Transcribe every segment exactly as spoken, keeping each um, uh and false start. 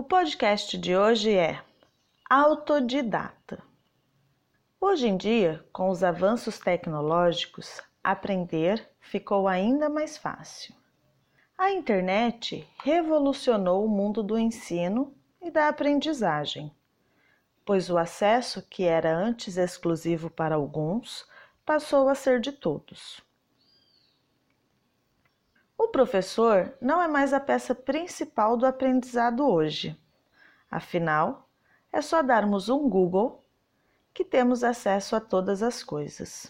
podcast de hoje é autodidata. Hoje em dia, com os avanços tecnológicos, aprender ficou ainda mais fácil. A internet revolucionou o mundo do ensino e da aprendizagem, pois o acesso, que era antes exclusivo para alguns, passou a ser de todos. O professor não é mais a peça principal do aprendizado hoje. Afinal, é só darmos um Google que temos acesso a todas as coisas.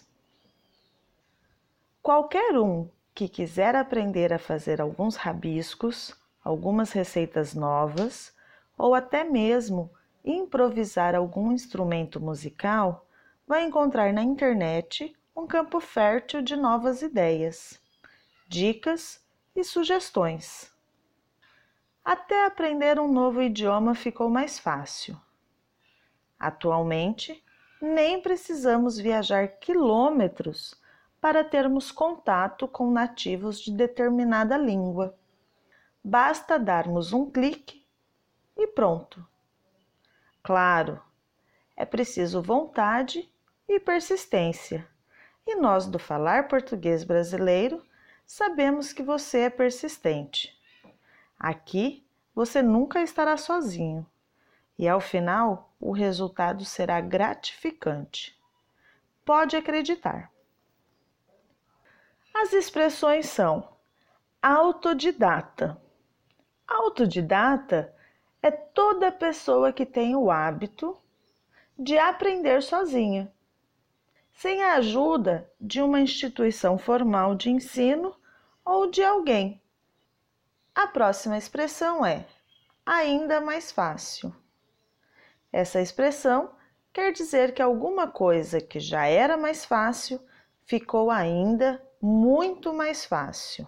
Qualquer um que quiser aprender a fazer alguns rabiscos, algumas receitas novas ou até mesmo improvisar algum instrumento musical, vai encontrar na internet um campo fértil de novas ideias, dicas e sugestões. Até aprender um novo idioma ficou mais fácil. Atualmente, nem precisamos viajar quilômetros para termos contato com nativos de determinada língua. Basta darmos um clique e pronto. Claro, é preciso vontade e persistência. E nós do Falar Português Brasileiro sabemos que você é persistente. Aqui você nunca estará sozinho e ao final o resultado será gratificante. Pode acreditar. As expressões são autodidata. Autodidata é toda pessoa que tem o hábito de aprender sozinha, sem a ajuda de uma instituição formal de ensino ou de alguém. A próxima expressão é ainda mais fácil. Essa expressão quer dizer que alguma coisa que já era mais fácil ficou ainda muito mais fácil.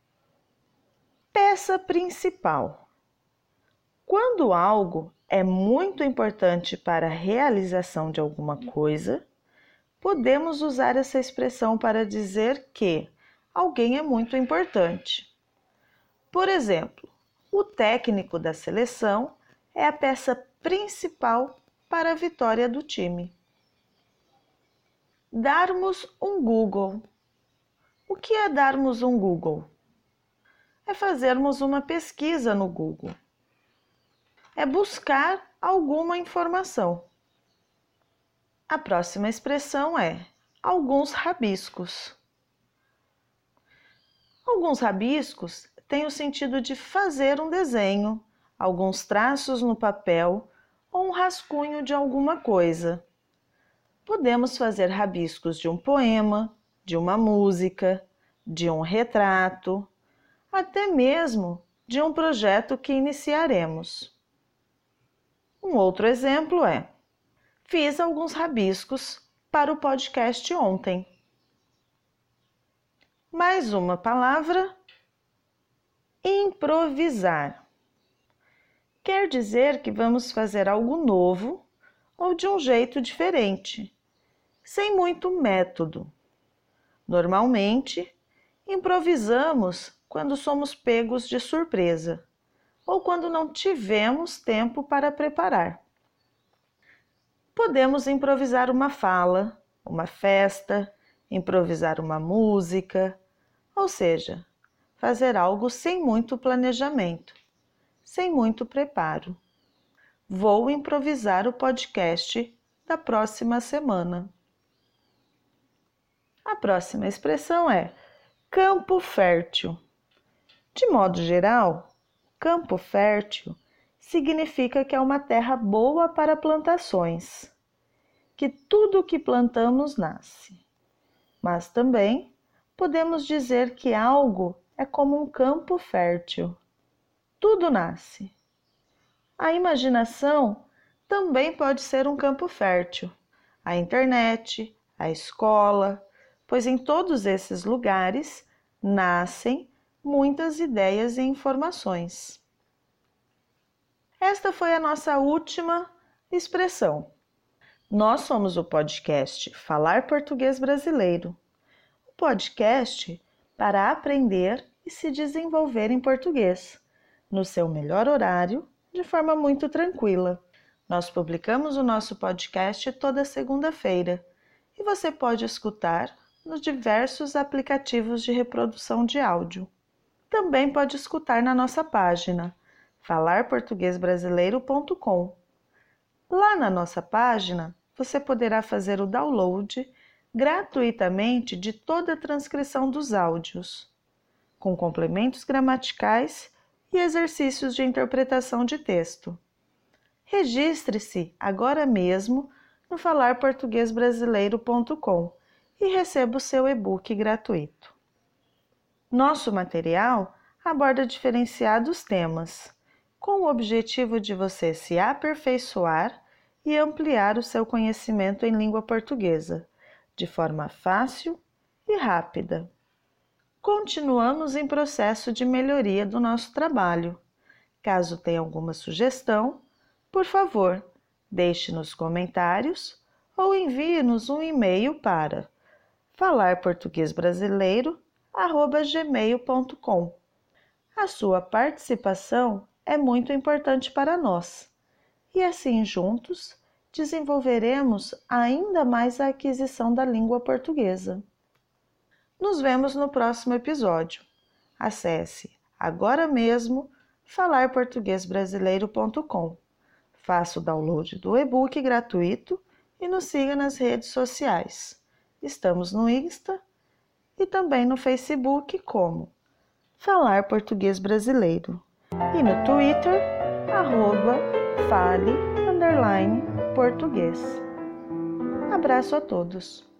Peça principal. Quando algo é muito importante para a realização de alguma coisa, podemos usar essa expressão para dizer que alguém é muito importante. Por exemplo, o técnico da seleção é a peça principal para a vitória do time. Darmos um Google. O que é darmos um Google? É fazermos uma pesquisa no Google. É buscar alguma informação. A próxima expressão é alguns rabiscos. Alguns rabiscos têm o sentido de fazer um desenho, alguns traços no papel ou um rascunho de alguma coisa. Podemos fazer rabiscos de um poema, de uma música, de um retrato, até mesmo de um projeto que iniciaremos. Um outro exemplo é: fiz alguns rabiscos para o podcast ontem. Mais uma palavra: improvisar. Quer dizer que vamos fazer algo novo ou de um jeito diferente, sem muito método. Normalmente, improvisamos quando somos pegos de surpresa ou quando não tivemos tempo para preparar. Podemos improvisar uma fala, uma festa, improvisar uma música, ou seja, fazer algo sem muito planejamento, sem muito preparo. Vou improvisar o podcast da próxima semana. A próxima expressão é campo fértil. De modo geral, campo fértil significa que é uma terra boa para plantações, que tudo o que plantamos nasce. Mas também podemos dizer que algo é como um campo fértil. Tudo nasce. A imaginação também pode ser um campo fértil. A internet, a escola, pois em todos esses lugares nascem muitas ideias e informações. Esta foi a nossa última expressão. Nós somos o podcast Falar Português Brasileiro, o podcast para aprender e se desenvolver em português, no seu melhor horário de forma muito tranquila. Nós publicamos o nosso podcast toda segunda-feira e você pode escutar nos diversos aplicativos de reprodução de áudio. Também pode escutar na nossa página falar português brasileiro ponto com. Lá na nossa página, você poderá fazer o download gratuitamente de toda a transcrição dos áudios, com complementos gramaticais e exercícios de interpretação de texto. Registre-se agora mesmo no falar português brasileiro ponto com e receba o seu e-book gratuito. Nosso material aborda diferenciados temas, com o objetivo de você se aperfeiçoar e ampliar o seu conhecimento em língua portuguesa, de forma fácil e rápida. Continuamos em processo de melhoria do nosso trabalho. Caso tenha alguma sugestão, por favor, deixe nos comentários ou envie-nos um e-mail para falar português brasileiro arroba gmail ponto com. A sua participação é muito importante para nós e assim juntos desenvolveremos ainda mais a aquisição da língua portuguesa. Nos vemos no próximo episódio. Acesse agora mesmo falar português brasileiro ponto com. Faça o download do e-book gratuito e nos siga nas redes sociais. Estamos no Insta e também no Facebook como Falar Português Brasileiro e no Twitter, arroba fale, underline, português. Abraço a todos!